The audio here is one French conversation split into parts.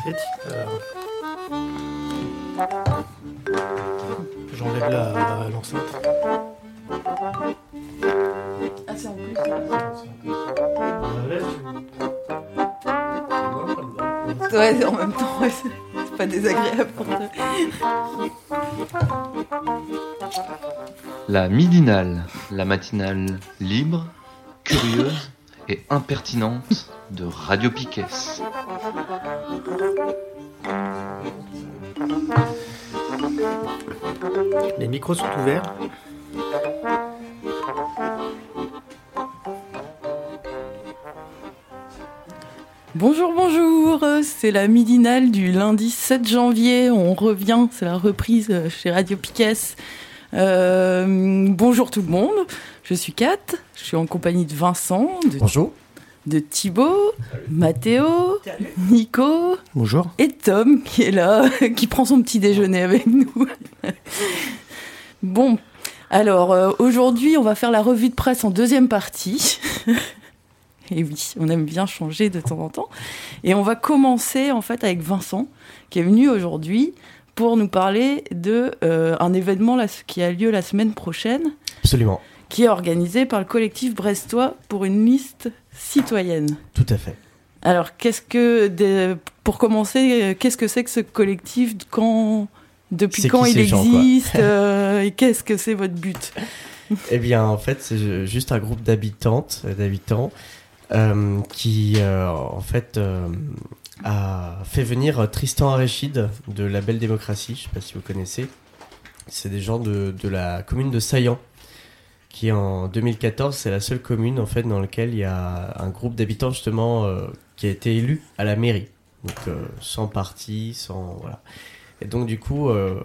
J'enlève l'enceinte. Ah, c'est en plus. Ouais, en même temps, ouais, c'est pas désagréable pour toi. La midinale, la matinale libre, curieuse et impertinente de Radio Piquet. Les micros sont ouverts. Bonjour, c'est la midinale du lundi 7 janvier. On revient, c'est la reprise chez Radio Piquet. Bonjour tout le monde, je suis Kat, je suis en compagnie de Vincent, Bonjour. de Thibaut, Mathéo, Nico. Bonjour. Et Tom qui est là, qui prend son petit déjeuner avec nous. Bon, alors aujourd'hui on va faire la revue de presse en deuxième partie. Et oui, on aime bien changer de temps en temps. Et on va commencer en fait avec Vincent, qui est venu aujourd'hui pour nous parler de un événement qui a lieu la semaine prochaine. Absolument. Qui est organisé par le collectif brestois pour une liste citoyenne. Tout à fait. Alors, pour commencer, qu'est-ce que c'est que ce collectif? Depuis quand il existe et qu'est-ce que c'est votre but? Eh bien, en fait, c'est juste un groupe d'habitants qui, en fait, a fait venir Tristan Aréchid de la Belle Démocratie. Je ne sais pas si vous connaissez. C'est des gens de la commune de Saillant, qui en 2014, c'est la seule commune en fait dans laquelle il y a un groupe d'habitants justement qui a été élu à la mairie. Donc sans parti, sans voilà. Et donc du coup,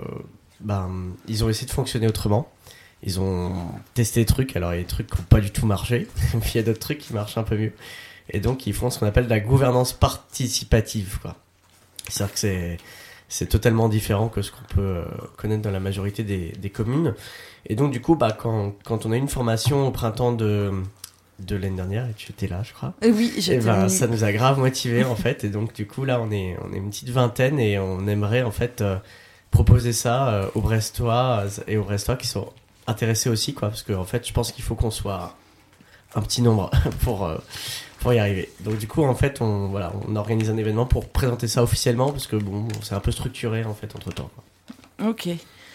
ils ont essayé de fonctionner autrement. Ils ont testé des trucs. Alors il y a des trucs qui n'ont pas du tout marché, puis il y a d'autres trucs qui marchent un peu mieux. Et donc ils font ce qu'on appelle de la gouvernance participative, quoi. C'est-à-dire que c'est totalement différent que ce qu'on peut connaître dans la majorité des communes. Et donc du coup, quand on a eu une formation au printemps de l'année dernière, et tu étais là, je crois. Oui, j'étais. Ça nous a grave motivés en fait. Et donc du coup là, on est une petite vingtaine et on aimerait en fait proposer ça aux Brestois et aux Brestois qui sont intéressés aussi, quoi. Parce que en fait, je pense qu'il faut qu'on soit un petit nombre pour y arriver. Donc du coup, en fait, on organise un événement pour présenter ça officiellement parce que bon, c'est un peu structuré en fait entre temps. Ok.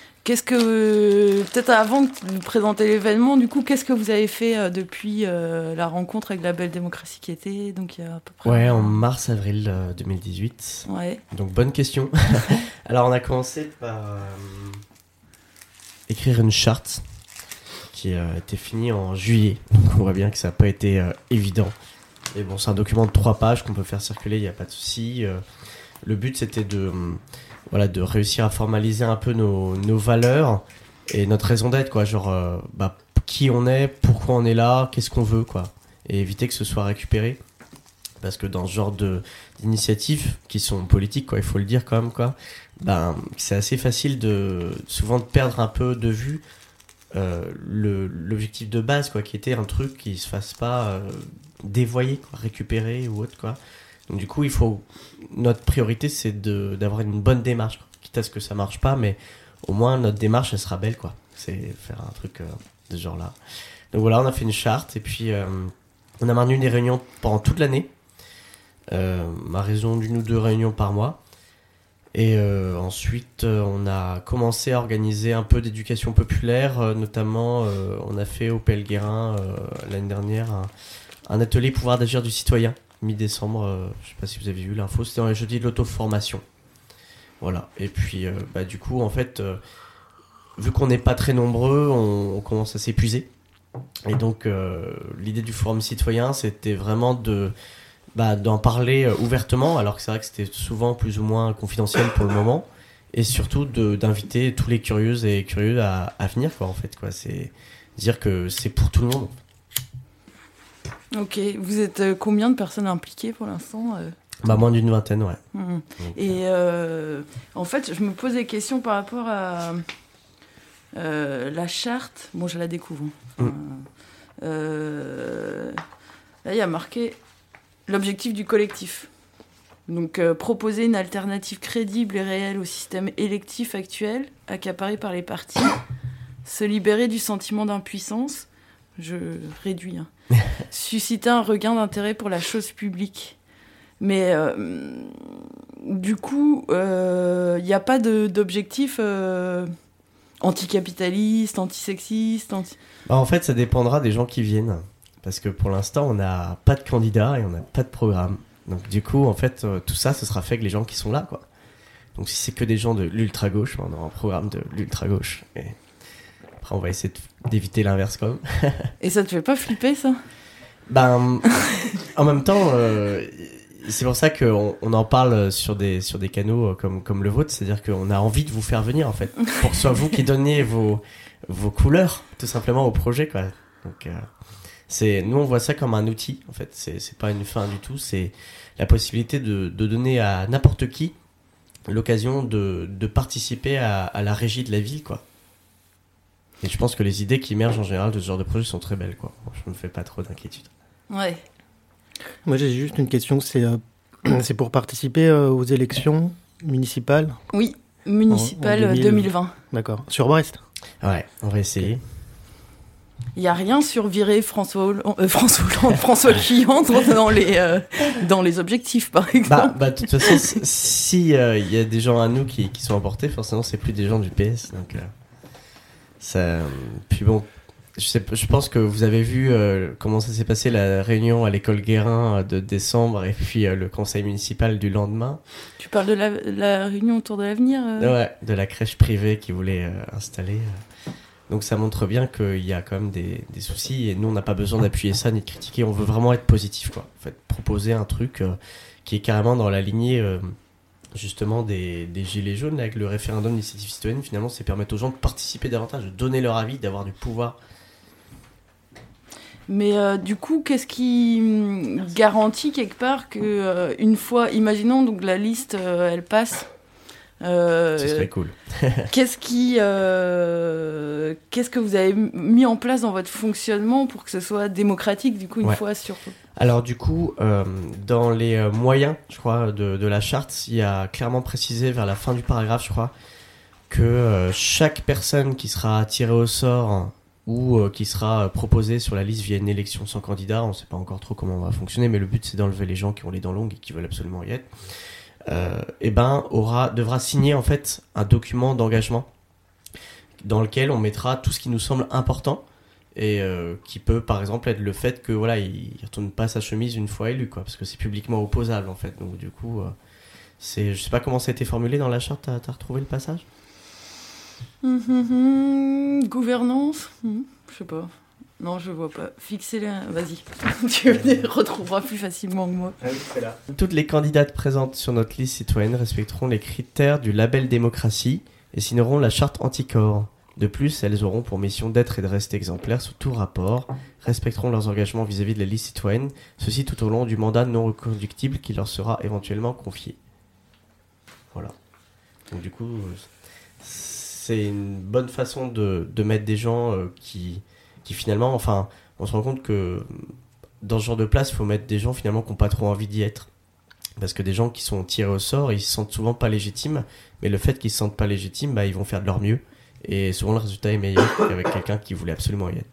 Peut-être avant de présenter l'événement, du coup, qu'est-ce que vous avez fait depuis la rencontre avec la Belle Démocratie qui était donc il y a à peu près... Ouais, en mars-avril 2018. Ouais. Donc bonne question. Alors on a commencé par écrire une charte qui a été finie en juillet. Donc on voit bien que ça n'a pas été évident. Et bon, c'est un document de 3 pages qu'on peut faire circuler, il n'y a pas de souci. Le but c'était de réussir à formaliser un peu nos valeurs et notre raison d'être, quoi. Genre, qui on est, pourquoi on est là, qu'est-ce qu'on veut, quoi. Et éviter que ce soit récupéré. Parce que dans ce genre d'initiatives qui sont politiques, quoi, il faut le dire quand même, quoi, c'est assez facile souvent de perdre un peu de vue l'objectif de base, quoi, qui était un truc qui se fasse pas dévoyer, quoi, récupérer ou autre, quoi. Donc du coup, notre priorité, c'est d'avoir une bonne démarche, quoi. Quitte à ce que ça marche pas, mais au moins notre démarche, elle sera belle, quoi. C'est faire un truc de ce genre-là. Donc voilà, on a fait une charte et puis on a maintenu des réunions pendant toute l'année, à raison d'1 ou 2 réunions par mois. Et ensuite, on a commencé à organiser un peu d'éducation populaire, notamment on a fait au Pelguerin l'année dernière un atelier pouvoir d'agir du citoyen. Mi-décembre, je sais pas si vous avez vu l'info, c'était dans les jeudis de l'auto-formation. Voilà. Et puis, du coup, en fait, vu qu'on n'est pas très nombreux, on commence à s'épuiser. Et donc, l'idée du forum citoyen, c'était vraiment d'en parler ouvertement, alors que c'est vrai que c'était souvent plus ou moins confidentiel pour le moment. Et surtout, d'inviter tous les curieuses et curieux à venir, quoi, en fait, quoi. C'est dire que c'est pour tout le monde. Ok, vous êtes combien de personnes impliquées pour l'instant Moins d'une vingtaine, ouais. Mmh. Et en fait, je me pose des questions par rapport à la charte. Bon, je la découvre. Là, il y a marqué l'objectif du collectif. Donc, proposer une alternative crédible et réelle au système électif actuel, accaparé par les partis, se libérer du sentiment d'impuissance, je réduis, susciter un regain d'intérêt pour la chose publique. Mais du coup, il n'y a pas d'objectif anticapitaliste, antisexiste. En fait, ça dépendra des gens qui viennent. Parce que pour l'instant, on n'a pas de candidat et on n'a pas de programme. Donc du coup, en fait, tout ça, ce sera fait avec les gens qui sont là, quoi. Donc si c'est que des gens de l'ultra-gauche, on aura un programme de l'ultra-gauche. Et après, on va essayer d'éviter l'inverse, quand même. Et ça te fait pas flipper, ça ? En même temps, c'est pour ça qu'on en parle sur des canaux comme le vôtre. C'est-à-dire qu'on a envie de vous faire venir, en fait. Pour que ce soit vous qui donniez vos couleurs, tout simplement, au projet, quoi. Donc... nous on voit ça comme un outil en fait, c'est pas une fin du tout, c'est la possibilité de donner à n'importe qui l'occasion de participer à la régie de la ville, quoi. Et je pense que les idées qui émergent en général de ce genre de projet sont très belles, quoi. Je me fais pas trop d'inquiétude. Ouais. Moi j'ai juste une question, c'est pour participer aux élections municipales ? Oui, municipales en 2020. D'accord, sur Brest ? Ouais, on va essayer. Il n'y a rien sur virer François Fillon dans les objectifs, par exemple. De toute façon, si y a des gens à nous qui sont emportés, forcément, c'est plus des gens du PS. Donc, ça... Puis bon, je pense que vous avez vu comment ça s'est passé la réunion à l'école Guérin de décembre et puis le conseil municipal du lendemain. Tu parles de la réunion autour de l'avenir Ouais, de la crèche privée qu'ils voulaient installer. Donc ça montre bien qu'il y a quand même des soucis et nous on n'a pas besoin d'appuyer ça ni de critiquer, on veut vraiment être positif, quoi. En fait, proposer un truc qui est carrément dans la lignée justement des gilets jaunes avec le référendum d'initiative citoyenne. Finalement, c'est permettre aux gens de participer davantage, de donner leur avis, d'avoir du pouvoir. Mais du coup, qu'est-ce qui garantit quelque part que une fois, imaginons donc la liste, elle passe. Ce serait cool. Qu'est-ce que vous avez mis en place dans votre fonctionnement pour que ce soit démocratique, du coup, une fois sur... Alors du coup, dans les moyens, je crois, de la charte, il y a clairement précisé vers la fin du paragraphe, je crois, que chaque personne qui sera tirée au sort ou qui sera proposée sur la liste via une élection sans candidat, on ne sait pas encore trop comment on va fonctionner, mais le but c'est d'enlever les gens qui ont les dents longues et qui veulent absolument y être. Devra signer en fait un document d'engagement dans lequel on mettra tout ce qui nous semble important et qui peut par exemple être le fait que voilà, il retourne pas sa chemise une fois élu, quoi, parce que c'est publiquement opposable en fait. Donc du coup je sais pas comment ça a été formulé dans la charte. T'as retrouvé le passage? Gouvernance, je sais pas. Non, je vois pas. Vas-y. Tu les retrouveras plus facilement que moi. Ah oui, c'est là. Toutes les candidates présentes sur notre liste citoyenne respecteront les critères du label démocratie et signeront la charte anticorps. De plus, elles auront pour mission d'être et de rester exemplaires sous tout rapport, respecteront leurs engagements vis-à-vis de la liste citoyenne, ceci tout au long du mandat non reconductible qui leur sera éventuellement confié. Voilà. Donc du coup, c'est une bonne façon de mettre des gens qui finalement, enfin, on se rend compte que dans ce genre de place, il faut mettre des gens finalement qui n'ont pas trop envie d'y être. Parce que des gens qui sont tirés au sort, ils se sentent souvent pas légitimes, mais le fait qu'ils se sentent pas légitimes, ils vont faire de leur mieux. Et souvent le résultat est meilleur qu'avec quelqu'un qui voulait absolument y être.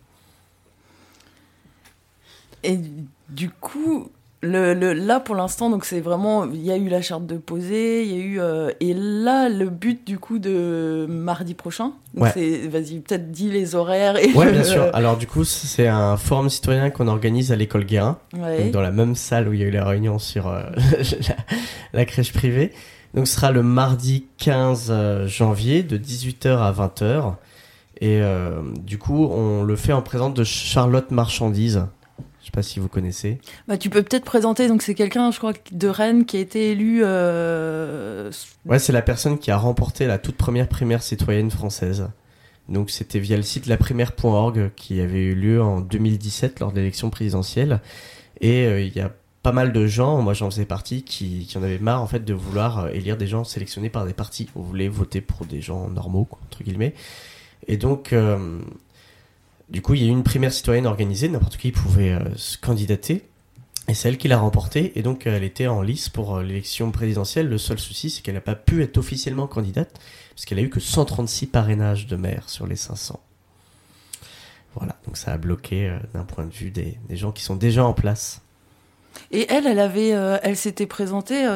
Et du coup, là pour l'instant, donc c'est vraiment, il y a eu la charte de poser, il y a eu et là le but du coup de mardi prochain. Donc vas-y, peut-être dis les horaires. Ouais, bien sûr. Alors du coup, c'est un forum citoyen qu'on organise à l'école Guérin, donc dans la même salle où il y a eu la réunion sur la crèche privée. Donc ce sera le mardi 15 janvier de 18h à 20h. Et du coup, on le fait en présence de Charlotte Marchandise. Je sais pas si vous connaissez. Tu peux peut-être présenter, donc c'est quelqu'un, je crois, de Rennes qui a été élu... Ouais, c'est la personne qui a remporté la toute première primaire citoyenne française. Donc c'était via le site laprimaire.org qui avait eu lieu en 2017 lors de l'élection présidentielle. Et il y a pas mal de gens, moi j'en faisais partie, qui en avaient marre en fait de vouloir élire des gens sélectionnés par des partis. On voulait voter pour des gens normaux, quoi, entre guillemets. Et donc... du coup, il y a eu une primaire citoyenne organisée, n'importe qui pouvait se candidater. Et c'est elle qui l'a remporté, et donc elle était en lice pour l'élection présidentielle. Le seul souci, c'est qu'elle n'a pas pu être officiellement candidate, parce qu'elle a eu que 136 parrainages de maire sur les 500. Voilà, donc ça a bloqué d'un point de vue des gens qui sont déjà en place. Et elle s'était présentée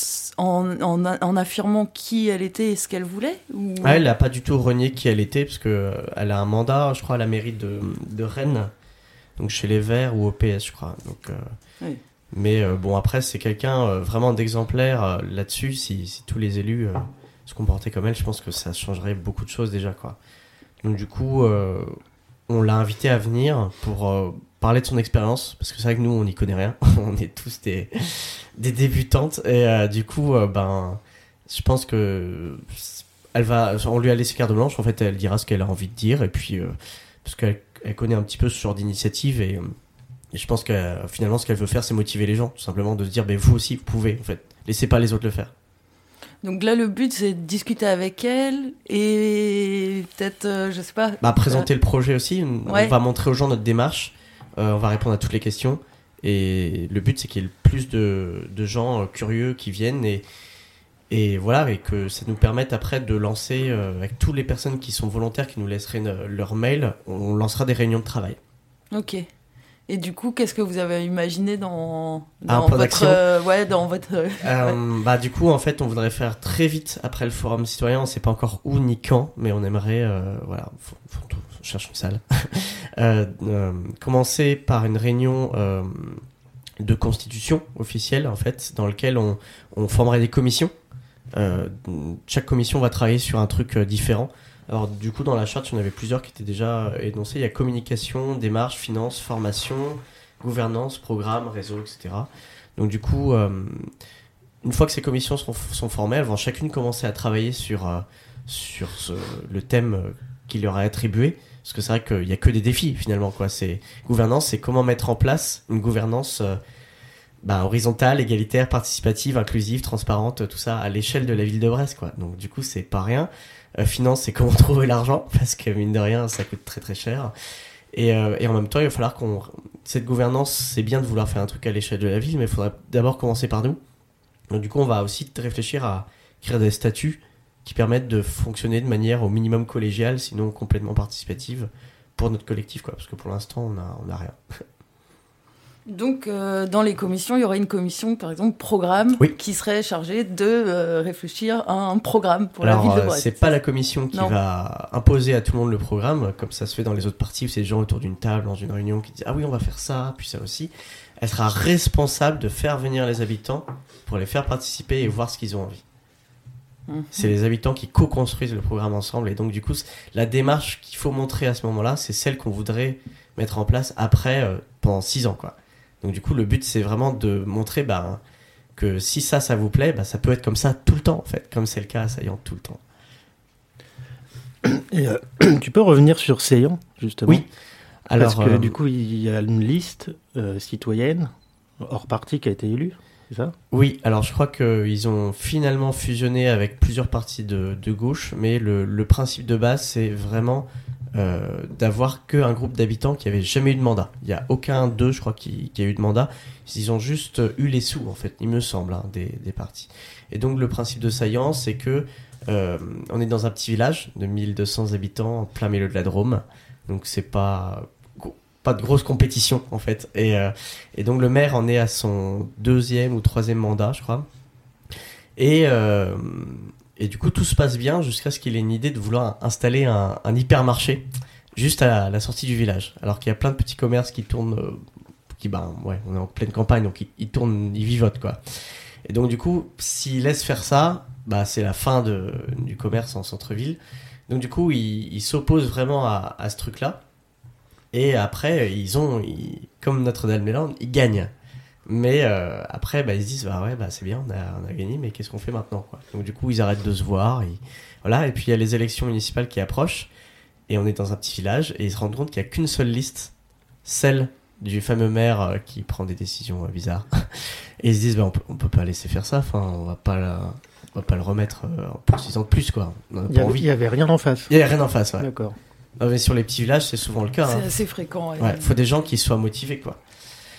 en affirmant qui elle était et ce qu'elle voulait ou... Elle n'a pas du tout renié qui elle était, parce qu'elle a un mandat, je crois, à la mairie de Rennes, donc chez les Verts ou au PS, je crois. Donc, oui. Mais bon, après, c'est quelqu'un vraiment d'exemplaire là-dessus. Si tous les élus se comportaient comme elle, je pense que ça changerait beaucoup de choses déjà, quoi. Donc du coup, on l'a invité à venir pour parler de son expérience, parce que c'est vrai que nous, on n'y connaît rien. On est tous des débutantes. Et du coup, je pense que on lui a laissé carte blanche. En fait, elle dira ce qu'elle a envie de dire. Et puis, parce qu'elle connaît un petit peu ce genre d'initiative. Et je pense que finalement, ce qu'elle veut faire, c'est motiver les gens. Tout simplement de se dire, vous aussi, vous pouvez. En fait, laissez pas les autres le faire. Donc là, le but, c'est de discuter avec elle et peut-être, je sais pas... présenter le projet aussi. Ouais. On va montrer aux gens notre démarche. On va répondre à toutes les questions. Et le but, c'est qu'il y ait le plus de gens curieux qui viennent. Et voilà, et que ça nous permette après de lancer, avec toutes les personnes qui sont volontaires, qui nous laisseraient leur mail, on lancera des réunions de travail. Ok. Et du coup, qu'est-ce que vous avez imaginé dans plan d'action dans votre... Du coup, en fait, on voudrait faire très vite après le forum citoyen. On ne sait pas encore où ni quand, mais on aimerait, on cherche une salle. Commencer par une réunion de constitution officielle, en fait, dans laquelle on formerait des commissions. Chaque commission va travailler sur un truc différent. Alors du coup, dans la charte, il y en avait plusieurs qui étaient déjà énoncés. Il y a communication, démarche, finance, formation, gouvernance, programme, réseau, etc. Donc du coup, une fois que ces commissions sont formées, elles vont chacune commencer à travailler sur le thème qui leur est attribué. Parce que c'est vrai qu'il n'y a que des défis finalement, quoi. Gouvernance, c'est comment mettre en place une gouvernance horizontale, égalitaire, participative, inclusive, transparente, tout ça à l'échelle de la ville de Brest, quoi. Donc du coup, c'est pas rien. Finance, c'est comment trouver l'argent, parce que mine de rien, ça coûte très très cher. Et en même temps, il va falloir cette gouvernance, c'est bien de vouloir faire un truc à l'échelle de la ville, mais il faudrait d'abord commencer par nous. Donc du coup, on va aussi réfléchir à créer des statuts qui permettent de fonctionner de manière au minimum collégiale, sinon complètement participative, pour notre collectif, quoi. Parce que pour l'instant, on a rien. Donc, dans les commissions, il y aurait une commission, par exemple, programme, qui serait chargée de réfléchir à un programme pour la ville de Brest. C'est pas la commission qui va imposer à tout le monde le programme, comme ça se fait dans les autres parties, où c'est des gens autour d'une table, dans une réunion, qui disent « Ah oui, on va faire ça, puis ça aussi ». Elle sera responsable de faire venir les habitants pour les faire participer et voir ce qu'ils ont envie. C'est les habitants qui co-construisent le programme ensemble, et donc du coup, la démarche qu'il faut montrer à ce moment-là, c'est celle qu'on voudrait mettre en place après, pendant 6 ans, quoi. Donc du coup, le but, c'est vraiment de montrer que si ça vous plaît, ça peut être comme ça tout le temps, en fait, comme c'est le cas à Saillant tout le temps. Et, tu peux revenir sur Saillant, justement ? Oui. Alors, parce que du coup, il y a une liste citoyenne, hors parti, qui a été élue, c'est ça ? Oui, alors je crois qu'ils ont finalement fusionné avec plusieurs partis de gauche, mais le principe de base, c'est vraiment... d'avoir qu'un groupe d'habitants qui avait jamais eu de mandat. Il n'y a aucun d'eux, je crois, qui a eu de mandat. Ils ont juste eu les sous, en fait, il me semble, des partis. Et donc, le principe de Saillant, c'est que on est dans un petit village de 1200 habitants, en plein milieu de la Drôme. Donc, c'est pas de grosse compétition, en fait. Et donc, le maire en est à son 2e ou 3e mandat, je crois. Et du coup, tout se passe bien jusqu'à ce qu'il ait une idée de vouloir installer un hypermarché juste à la sortie du village. Alors qu'il y a plein de petits commerces qui tournent, on est en pleine campagne, donc ils tournent, ils vivotent, quoi. Et donc, du coup, s'il laisse faire ça, c'est la fin du commerce en centre-ville. Donc, du coup, il s'oppose vraiment à ce truc-là. Et après, comme Notre-Dame-des-Landes, ils gagnent. Mais après, ils se disent c'est bien, on a gagné, mais qu'est-ce qu'on fait maintenant, quoi. Donc du coup, ils arrêtent de se voir. Et puis il y a les élections municipales qui approchent, et on est dans un petit village, et ils se rendent compte qu'il n'y a qu'une seule liste, celle du fameux maire qui prend des décisions bizarres. Et ils se disent on peut pas laisser faire ça. Enfin, on va pas le remettre pour 6 ans de plus, quoi. On a pas envie. Il y avait rien en face. Il y avait rien en face, ouais. D'accord. Mais sur les petits villages, c'est souvent le cas. C'est assez fréquent. Ouais, faut des gens qui soient motivés, quoi.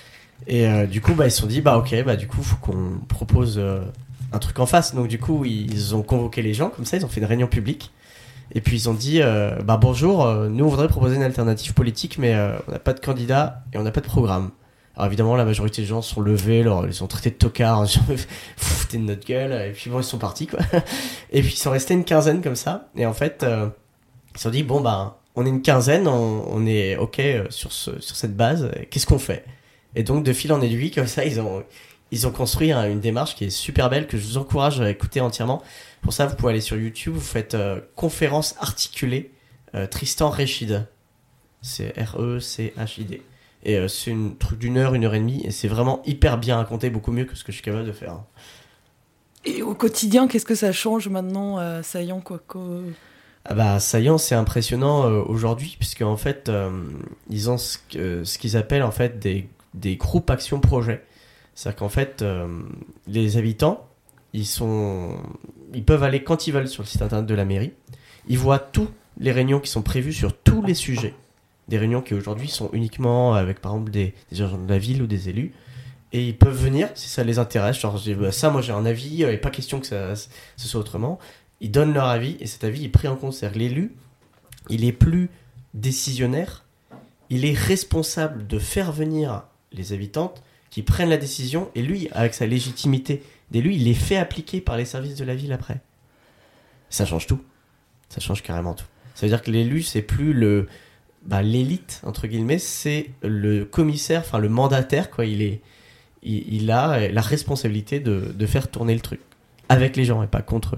Et du coup, ils se sont dit, ok, du coup, faut qu'on propose un truc en face. Donc du coup, ils ont convoqué les gens, comme ça, ils ont fait une réunion publique. Et puis ils ont dit, bonjour, nous on voudrait proposer une alternative politique, mais on n'a pas de candidat et on n'a pas de programme. Alors évidemment, la majorité des gens sont levés, ils sont traités de tocards, hein, foutez de notre gueule, et puis bon, ils sont partis, quoi. Et puis ils sont restés une quinzaine comme ça, et en fait, ils se sont dit, on est une quinzaine, on est ok sur cette base, qu'est-ce qu'on fait? Et donc de fil en aiguille, comme ça, ils ont construit une démarche qui est super belle, que je vous encourage à écouter entièrement. Pour ça, vous pouvez aller sur YouTube, vous faites conférence articulée Tristan Rechid. C'est R-E-C-H-I-D. Et c'est un truc d'1 heure, 1 heure et demie, et c'est vraiment hyper bien raconté, beaucoup mieux que ce que je suis capable de faire. Et au quotidien, qu'est-ce que ça change maintenant à Saillant, quoi Saillant, c'est impressionnant aujourd'hui, puisque en fait, ils ont ce qu'ils appellent en fait des groupes action projet. C'est-à-dire qu'en fait, les habitants, ils peuvent aller quand ils veulent sur le site internet de la mairie. Ils voient toutes les réunions qui sont prévues sur tous les sujets. Des réunions qui aujourd'hui sont uniquement avec par exemple des gens de la ville ou des élus. Et ils peuvent venir si ça les intéresse. Genre, ça, moi j'ai un avis, il n'est pas question que ça soit autrement. Ils donnent leur avis et cet avis est pris en compte. C'est-à-dire que l'élu, il est plus décisionnaire, il est responsable de faire venir les habitantes qui prennent la décision, et lui, avec sa légitimité d'élu, il les fait appliquer par les services de la ville après. Ça change tout. Ça change carrément tout. Ça veut dire que l'élu, c'est plus l'élite, entre guillemets, c'est le commissaire, enfin le mandataire, quoi. Il a la responsabilité de faire tourner le truc. Avec les gens et pas contre eux.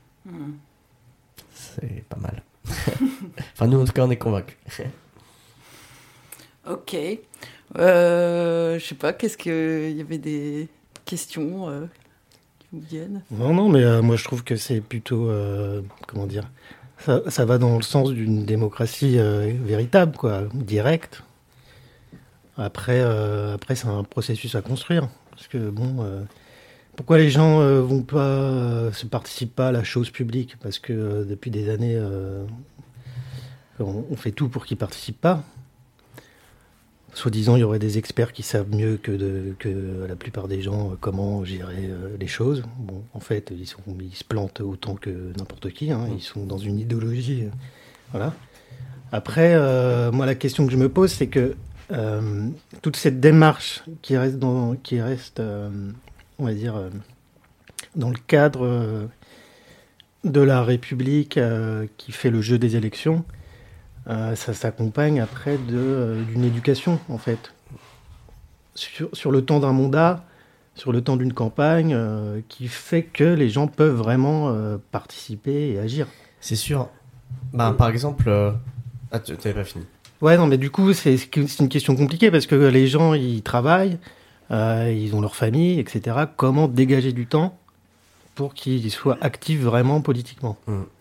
C'est pas mal. Enfin, nous, en tout cas, on est convaincus. Ok. Je sais pas, il y avait des questions qui vous viennent? Non, mais moi je trouve que c'est plutôt, comment dire, ça va dans le sens d'une démocratie véritable, quoi, directe. Après, c'est un processus à construire. Parce que pourquoi les gens vont pas se participer pas à la chose publique? Parce que depuis des années, on fait tout pour qu'ils participent pas. Soi-disant, il y aurait des experts qui savent mieux que la plupart des gens comment gérer les choses. Bon, en fait, ils se plantent autant que n'importe qui. Hein. Ils sont dans une idéologie. Voilà. Après, moi, la question que je me pose, c'est que toute cette démarche qui reste, on va dire, dans le cadre de la République qui fait le jeu des élections, ça s'accompagne après d'une éducation, en fait. Sur le temps d'un mandat, sur le temps d'une campagne, qui fait que les gens peuvent vraiment participer et agir. C'est sûr. Par exemple... tu n'avais pas fini. Ouais, non, mais du coup, c'est une question compliquée, parce que les gens, ils travaillent, ils ont leur famille, etc. Comment dégager du temps pour qu'ils soient actifs vraiment politiquement?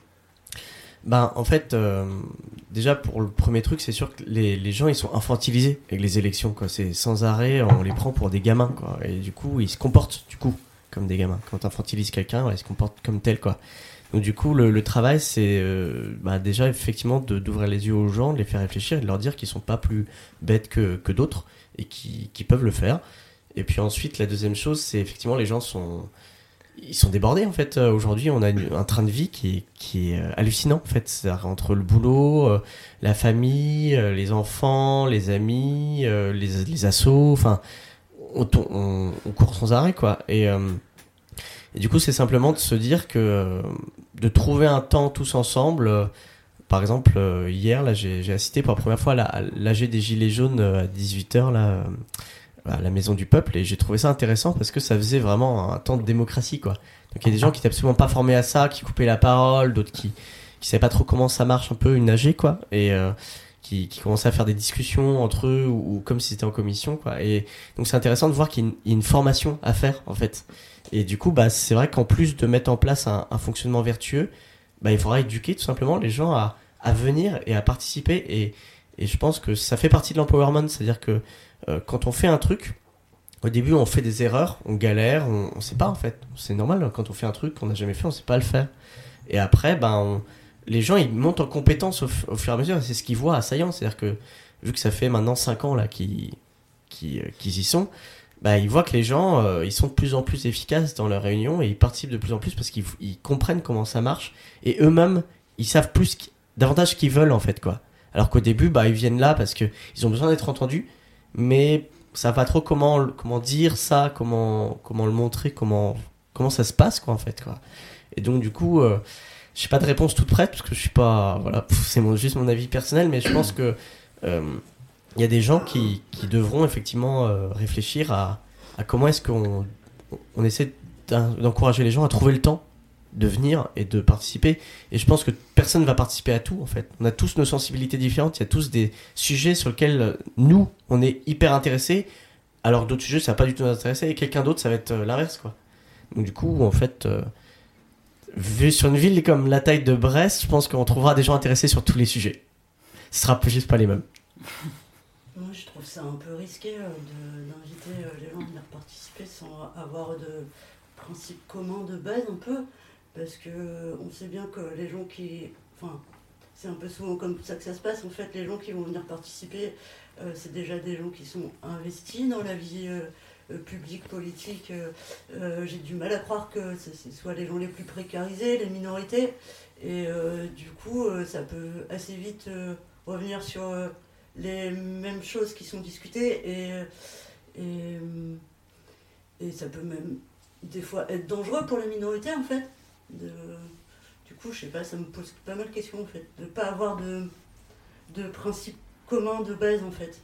En fait, déjà pour le premier truc, c'est sûr que les gens ils sont infantilisés avec les élections, quoi. C'est sans arrêt, on les prend pour des gamins, quoi. Et du coup, ils se comportent comme des gamins. Quand t'infantilises quelqu'un, ils se comportent comme tel, quoi. Donc du coup, le travail, c'est déjà effectivement d'ouvrir les yeux aux gens, de les faire réfléchir et de leur dire qu'ils sont pas plus bêtes que d'autres et qui peuvent le faire. Et puis ensuite, la deuxième chose, c'est effectivement les gens sont débordés en fait. Aujourd'hui, on a un train de vie qui est hallucinant en fait. C'est-à-dire entre le boulot, la famille, les enfants, les amis, les assos. Enfin, on court sans arrêt, quoi. Et du coup, c'est simplement de se dire que de trouver un temps tous ensemble. Par exemple, hier, là, j'ai assisté pour la première fois à l'AG des Gilets jaunes à 18h là. À la Maison du Peuple, et j'ai trouvé ça intéressant parce que ça faisait vraiment un temps de démocratie, quoi. Donc il y a des gens qui étaient absolument pas formés à ça, qui coupaient la parole, d'autres qui savaient pas trop comment ça marche un peu une AG, quoi, et qui commençaient à faire des discussions entre eux ou comme si c'était en commission, quoi. Et donc c'est intéressant de voir qu'il y a une formation à faire en fait. Et du coup, c'est vrai qu'en plus de mettre en place un fonctionnement vertueux, il faudra éduquer tout simplement les gens à venir et à participer, et je pense que ça fait partie de l'empowerment, c'est-à-dire que quand on fait un truc, au début on fait des erreurs, on galère, on sait pas en fait. C'est normal, quand on fait un truc qu'on n'a jamais fait, on sait pas le faire. Et après, les gens ils montent en compétence au fur et à mesure, et c'est ce qu'ils voient à Saillant. C'est-à-dire que, vu que ça fait maintenant 5 ans là qu'ils qui y sont, bah, ils voient que les gens, ils sont de plus en plus efficaces dans leurs réunions et ils participent de plus en plus parce qu'ils comprennent comment ça marche et eux-mêmes, ils savent davantage ce qu'ils veulent en fait, quoi. Alors qu'au début, bah, ils viennent là parce que ils ont besoin d'être entendus, mais ça va pas trop comment dire ça, comment le montrer, comment ça se passe, quoi, en fait, quoi. Et donc, du coup, j'ai pas de réponse toute prête parce que je suis pas, voilà, c'est juste mon avis personnel, mais je pense que il y a des gens qui devront effectivement réfléchir à comment est-ce qu'on essaie d'encourager les gens à trouver le temps de venir et de participer. Et je pense que personne ne va participer à tout, en fait. On a tous nos sensibilités différentes, il y a tous des sujets sur lesquels nous, on est hyper intéressés, alors d'autres sujets, ça va pas du tout nous intéresser, et quelqu'un d'autre, ça va être l'inverse, quoi. Donc du coup, en fait, vu sur une ville comme la taille de Brest, je pense qu'on trouvera des gens intéressés sur tous les sujets. Ce sera juste pas les mêmes. Moi, je trouve ça un peu risqué d'inviter les gens à venir participer sans avoir de principe commun de base un peu, parce que on sait bien que les gens c'est un peu souvent comme ça que ça se passe en fait, les gens qui vont venir participer, c'est déjà des gens qui sont investis dans la vie publique, politique. J'ai du mal à croire que ce soit les gens les plus précarisés, les minorités, et du coup, ça peut assez vite revenir sur les mêmes choses qui sont discutées et ça peut même des fois être dangereux pour les minorités en fait. Du coup, je sais pas, ça me pose pas mal de questions en fait, de pas avoir de principe commun de base en fait,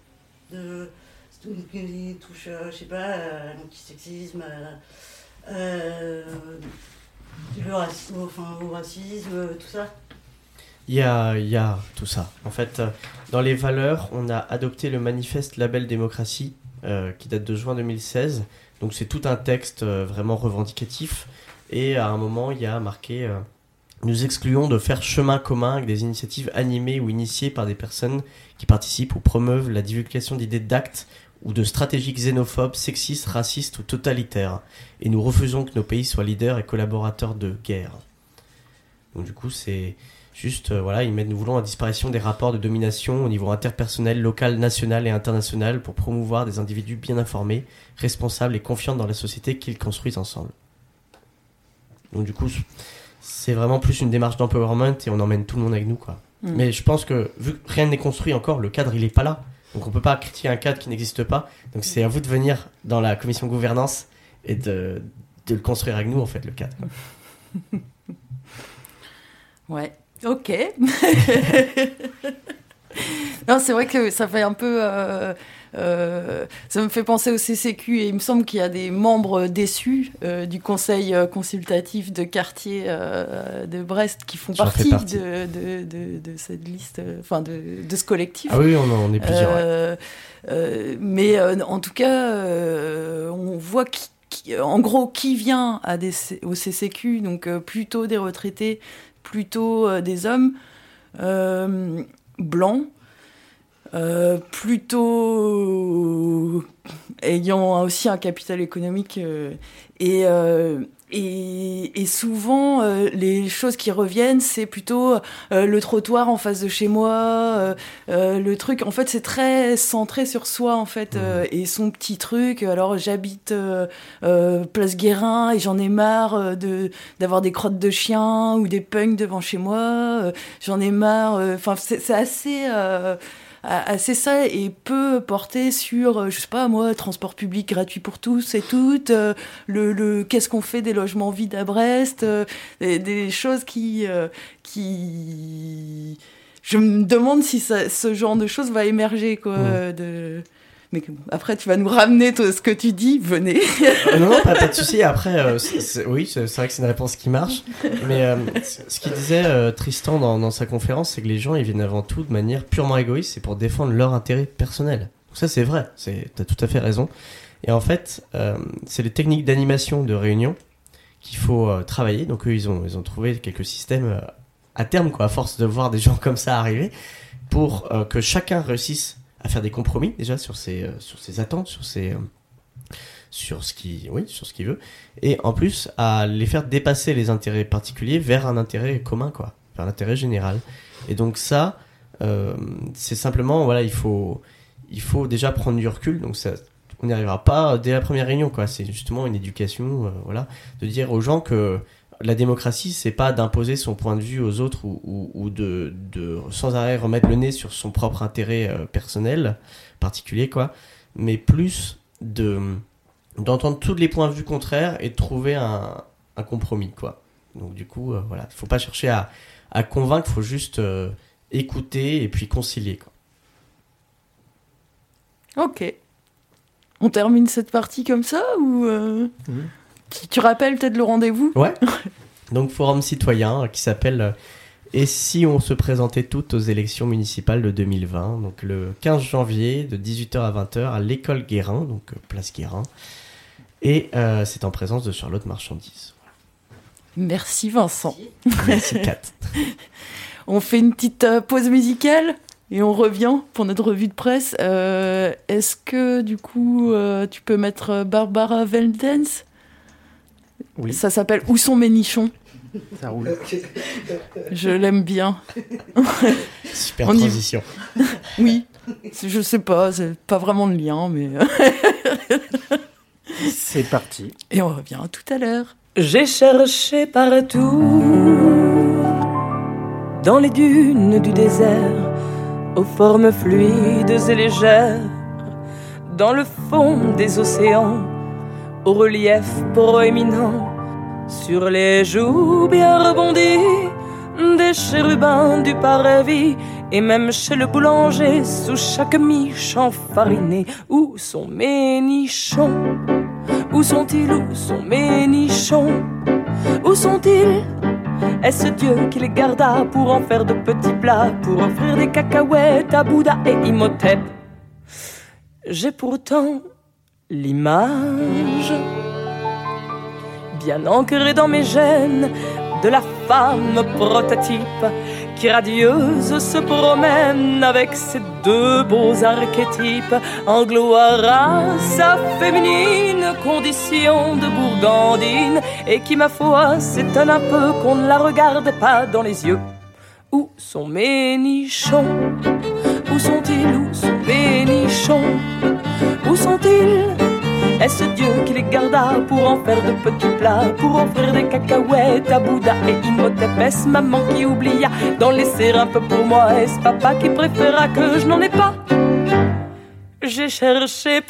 qui touche je sais pas, à l'antisexisme, au racisme, tout ça. Il y a tout ça. En fait, dans les valeurs, on a adopté le manifeste Label Démocratie, qui date de juin 2016. Donc c'est tout un texte vraiment revendicatif. Et à un moment, il y a marqué nous excluons de faire chemin commun avec des initiatives animées ou initiées par des personnes qui participent ou promeuvent la divulgation d'idées d'actes ou de stratégies xénophobes, sexistes, racistes ou totalitaires. Et nous refusons que nos pays soient leaders et collaborateurs de guerre. Donc du coup, c'est juste, nous voulons la disparition des rapports de domination au niveau interpersonnel, local, national et international pour promouvoir des individus bien informés, responsables et confiants dans la société qu'ils construisent ensemble. Donc du coup, c'est vraiment plus une démarche d'empowerment et on emmène tout le monde avec nous, quoi. Mais je pense que, vu que rien n'est construit encore, le cadre, il est pas là. Donc on peut pas critiquer un cadre qui n'existe pas. Donc c'est à vous de venir dans la commission gouvernance et de le construire avec nous, en fait, le cadre. Ouais, ok. Non, c'est vrai que ça fait un peu... ça me fait penser au CCQ et il me semble qu'il y a des membres déçus du conseil consultatif de quartier de Brest qui font partie de cette liste, de ce collectif. Ah oui, on est plusieurs. Mais en tout cas, on voit en gros qui vient au CCQ, donc plutôt des retraités, plutôt des hommes blancs, plutôt ayant aussi un capital économique et souvent les choses qui reviennent c'est plutôt le trottoir en face de chez moi, le truc en fait c'est très centré sur soi en fait, et son petit truc. Alors j'habite Place Guérin et j'en ai marre d'avoir des crottes de chiens ou des punks devant chez moi, j'en ai marre, enfin c'est assez ça, et peu porté sur, je sais pas moi, transport public gratuit pour tous et toutes, le qu'est-ce qu'on fait des logements vides à Brest, des choses qui je me demande si ce genre de choses va émerger, quoi. Mais après, tu vas nous ramener ce que tu dis, venez. Non, pas de souci. Après, oui, c'est vrai que c'est une réponse qui marche. Mais ce qu'il disait Tristan dans sa conférence, c'est que les gens, ils viennent avant tout de manière purement égoïste, c'est pour défendre leur intérêt personnel. Donc ça, c'est vrai. T'as tout à fait raison. Et en fait, c'est les techniques d'animation de réunion qu'il faut travailler. Donc eux, ils ont trouvé quelques systèmes à terme, quoi, à force de voir des gens comme ça arriver, pour que chacun réussisse à faire des compromis déjà sur ses attentes, sur ce qu'il veut, et en plus à les faire dépasser les intérêts particuliers vers un intérêt commun, quoi, vers l'intérêt général. Et donc ça, c'est simplement, voilà, il faut il faut déjà prendre du recul. Donc on n'y arrivera pas dès la première réunion, quoi. C'est justement une éducation, voilà, de dire aux gens que la démocratie, c'est pas d'imposer son point de vue aux autres ou de sans arrêt remettre le nez sur son propre intérêt personnel, particulier, quoi, mais plus d'entendre tous les points de vue contraires et de trouver un compromis, quoi. Donc du coup, voilà, il faut pas chercher à convaincre, il faut juste écouter et puis concilier, quoi. Ok. On termine cette partie comme ça ou tu rappelles peut-être le rendez-vous ? Ouais. Donc forum citoyen qui s'appelle Et si on se présentait toutes aux élections municipales de 2020, donc le 15 janvier de 18h à 20h à l'école Guérin, donc place Guérin. Et c'est en présence de Charlotte Marchandise. Merci Vincent. Merci Kat. On fait une petite pause musicale et on revient pour notre revue de presse. Est-ce que du coup tu peux mettre Barbara Veldens ? Oui. Ça s'appelle Où sont mes nichons ? Ça roule. Je l'aime bien. Super On y- transition. Oui, je sais pas, c'est pas vraiment le lien, mais... C'est parti. Et on revient tout à l'heure. J'ai cherché partout, dans les dunes du désert, aux formes fluides et légères, dans le fond des océans, au relief proéminent, sur les joues bien rebondies des chérubins du parvis, et même chez le boulanger, sous chaque miche enfarinée. Où sont mes nichons ? Où sont-ils ? Où sont mes nichons ? Où sont-ils ? Est-ce Dieu qui les garda pour en faire de petits plats, pour offrir des cacahuètes à Bouddha et Imhotep ? J'ai pourtant l'image, bien ancrée dans mes gènes, de la femme prototype qui radieuse se promène avec ses deux beaux archétypes, en gloire à sa féminine condition de bourgandine, et qui, ma foi, s'étonne un peu qu'on ne la regarde pas dans les yeux. Où sont mes nichons ? Où sont-ils ? Où sont mes nichons ? Où sont-ils ? Est-ce Dieu qui les garda pour en faire de petits plats, pour offrir des cacahuètes à Bouddha et Imhotep ? Est-ce maman qui oublia d'en laisser un peu pour moi ? Est-ce papa qui préféra que je n'en ai pas ? J'ai cherché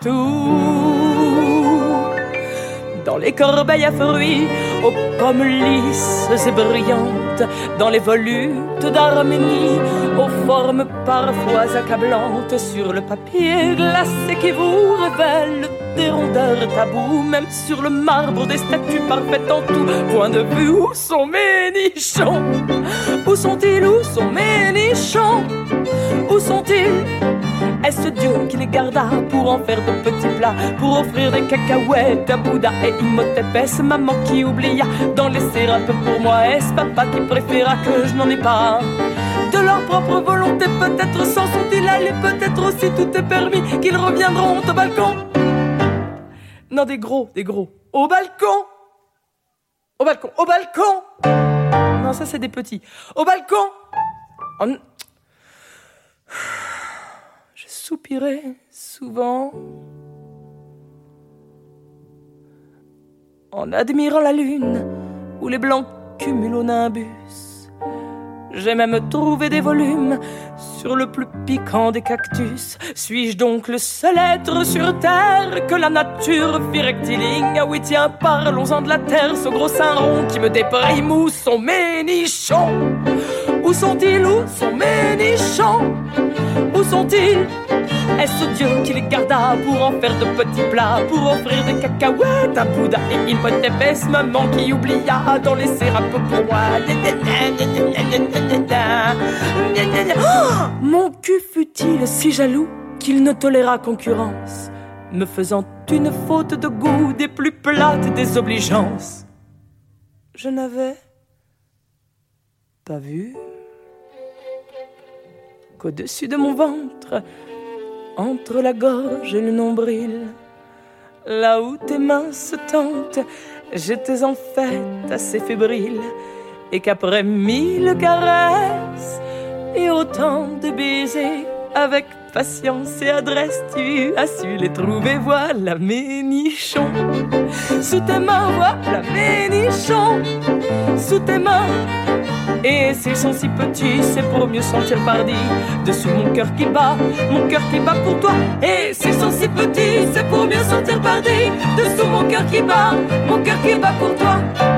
partout, dans les corbeilles à fruits, aux pommes lisses et brillantes, dans les volutes d'Arménie, aux formes parfois accablantes, sur le papier glacé qui vous révèle des rondeurs tabous, même sur le marbre des statues parfaites en tout point de vue. Où sont mes nichons ? Où sont-ils ? Où sont mes nichons ? Où sont-ils ? Est-ce Dieu qui les garda pour en faire de petits plats, pour offrir des cacahuètes à Bouddha et Imhotep ? Est-ce maman qui oublia d'en laisser un peu pour moi ? Est-ce papa qui préféra que je n'en ai pas ? De leur propre volonté, peut-être s'en sont-ils allés, peut-être aussi tout est permis, qu'ils reviendront au balcon. Non, des gros, au balcon. Au balcon, au balcon. Non, ça c'est des petits. Au balcon. Je soupirais souvent en admirant la lune ou les blancs cumulonimbus. J'ai même trouvé des volumes sur le plus piquant des cactus. Suis-je donc le seul être sur terre que la nature fit rectiligne ? Ah oui tiens, parlons-en de la terre, ce gros sein rond qui me déprime. Où sont mes nichons ? Où sont-ils ? Où sont mes nichons ? Où sont-ils ? Est-ce Dieu qui les garda pour en faire de petits plats, pour offrir des cacahuètes à Bouddha et Imhotep ? Est-ce maman qui oublia d'en laisser un peu pour moi ? Oh, mon cul fut-il si jaloux qu'il ne toléra concurrence, me faisant une faute de goût des plus plates des obligeances. Je n'avais pas vu qu'au-dessus de mon ventre, entre la gorge et le nombril, là où tes mains se tentent, j'étais en fait assez fébrile, et qu'après 1000 caresses et autant de baisers avec patience et adresse, tu as su les trouver, voilà mes nichons. Sous tes mains, voilà mes nichons. Sous tes mains. Et s'ils sont si petits, c'est pour mieux sentir pardi. Dessous mon cœur qui bat pour toi. Et s'ils sont si petits, c'est pour mieux sentir pardi. Dessous mon cœur qui bat pour toi.